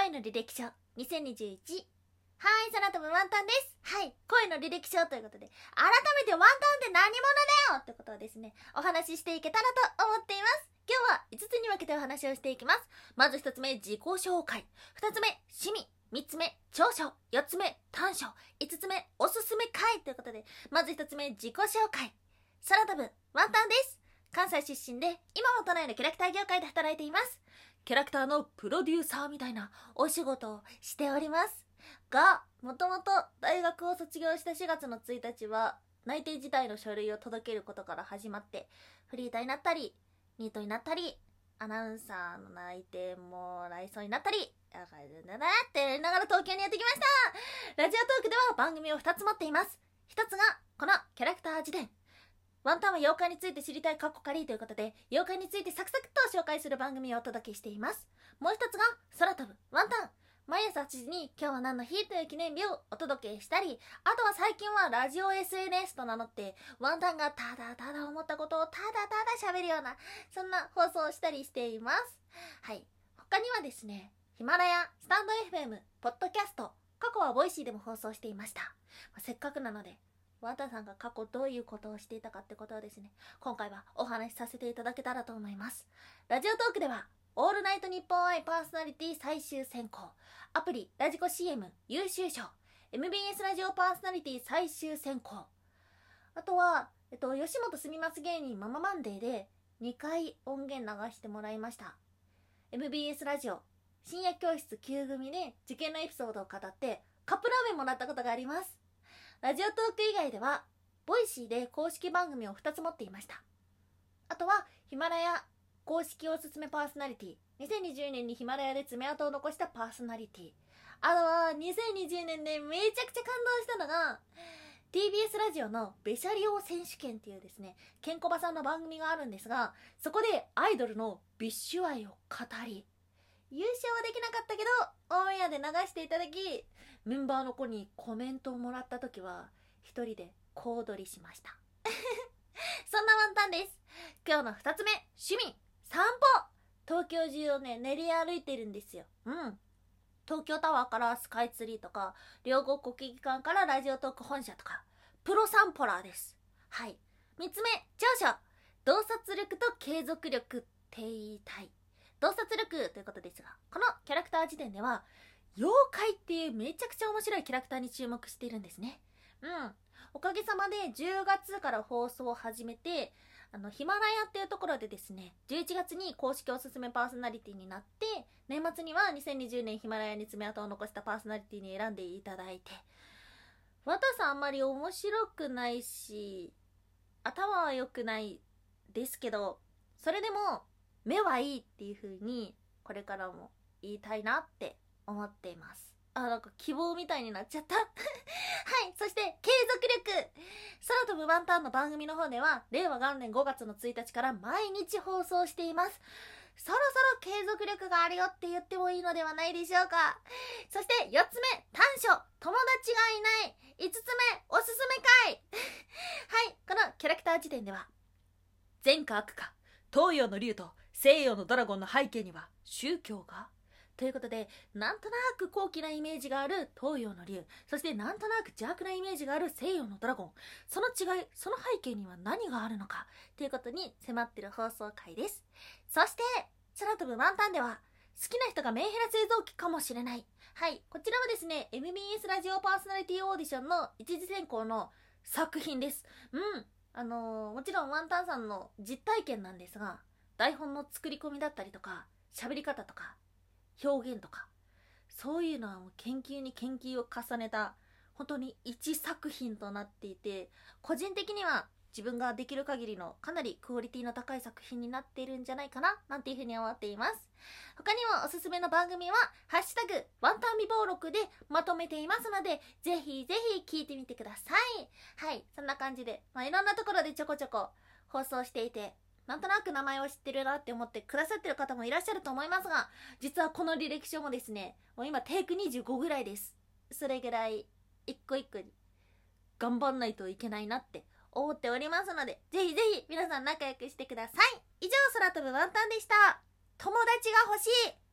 声の履歴書2021。はい、空飛ぶワンタンです。はい、声の履歴書ということで、改めてワンタンって何者だよってことをですね、お話ししていけたらと思っています。今日は5つに分けてお話をしていきます。まず1つ目、自己紹介。2つ目、趣味。3つ目、長所。4つ目、短所。5つ目、おすすめ回ということで、まず1つ目、自己紹介。空飛ぶワンタンです。関西出身で、今も都内のキャラクター業界で働いています。キャラクターのプロデューサーみたいなお仕事をしておりますが、もともと大学を卒業した4月の1日は内定辞退の書類を届けることから始まって、フリーターになったりニートになったり、アナウンサーの内定もらいそうになったりってやりながら東京にやってきました。ラジオトークでは番組を2つ持っています。1つがこのキャラクター辞典。ワンタンは妖怪について知りたいカッコカリということで、妖怪についてサクサクっと紹介する番組をお届けしています。もう一つが空飛ぶワンタン。毎朝8時に今日は何の日という記念日をお届けしたり、あとは最近はラジオ SNS と名乗ってワンタンがただただ思ったことをただただ喋るような、そんな放送をしたりしています。はい。他にはですね、ヒマラヤ、スタンド FM、ポッドキャスト、過去はボイシーでも放送していました。せっかくなのでワンタンさんが過去どういうことをしていたかってことをですね、今回はお話しさせていただけたらと思います。ラジオトークではオールナイトニッポン愛パーソナリティ最終選考、アプリラジコ CM 優秀賞、 MBS ラジオパーソナリティ最終選考、あとは吉本住みます芸人マママンデーで2回音源流してもらいました。 MBS ラジオ深夜教室9組で受験のエピソードを語ってカップラーメンもらったことがあります。ラジオトーク以外ではボイシーで公式番組を2つ持っていました。あとはヒマラヤ公式おすすめパーソナリティ、2020年にヒマラヤで爪痕を残したパーソナリティ、あとは2020年でめちゃくちゃ感動したのが TBS ラジオのベシャリ王選手権っていうですね、ケンコバさんの番組があるんですが、そこでアイドルのビッシュ愛を語り、優勝はできなかったけどオンエアで流していただき、メンバーの子にコメントをもらった時は一人で小躍りしましたそんなワンタンです。今日の2つ目、趣味、散歩。東京中をね練り歩いてるんですよ。東京タワーからスカイツリーとか、両国国技館からラジオトーク本社とか、プロサンポラーです。はい。3つ目、長所、洞察力と継続力って言いたい。洞察力ということですが、このキャラクター辞典では妖怪っていうめちゃくちゃ面白いキャラクターに注目しているんですね。おかげさまで10月から放送を始めて、ヒマラヤっていうところでですね、11月に公式おすすめパーソナリティになって、年末には2020年ヒマラヤに爪痕を残したパーソナリティに選んでいただいて、ワタさんあんまり面白くないし頭は良くないですけど、それでも目はいいっていう風にこれからも言いたいなって思っています。なんか希望みたいになっちゃったはい。そして継続力、空飛ぶワンタンの番組の方では令和元年5月の1日から毎日放送しています。そろそろ継続力があるよって言ってもいいのではないでしょうか。そして4つ目、短所、友達がいない。5つ目、おすすめ回はい。このキャラクター辞典では善か悪か、東洋の竜と西洋のドラゴンの背景には宗教がということで、なんとなく高貴なイメージがある東洋の竜、そしてなんとなく邪悪なイメージがある西洋のドラゴン、その違い、その背景には何があるのかということに迫っている放送回です。そして空飛ぶワンタンでは好きな人がメンヘラ製造機かもしれない。はい、こちらはですね MBS ラジオパーソナリティオーディションの一次選考の作品です。もちろんワンタンさんの実体験なんですが、台本の作り込みだったりとか喋り方とか表現とか、そういうのはもう研究に研究を重ねた本当に一作品となっていて、個人的には自分ができる限りのかなりクオリティの高い作品になっているんじゃないかななんていうふうに思っています。他にもおすすめの番組はハッシュタグワンタン未登録でまとめていますので、ぜひぜひ聞いてみてください。はい、そんな感じで、いろんなところでちょこちょこ放送していて、なんとなく名前を知ってるなって思ってくださってる方もいらっしゃると思いますが、実はこの履歴書もですね、もう今テイク25ぐらいです。それぐらい一個一個に頑張んないといけないなって思っておりますので、ぜひぜひ皆さん仲良くしてください。以上、空飛ぶワンタンでした。友達が欲しい。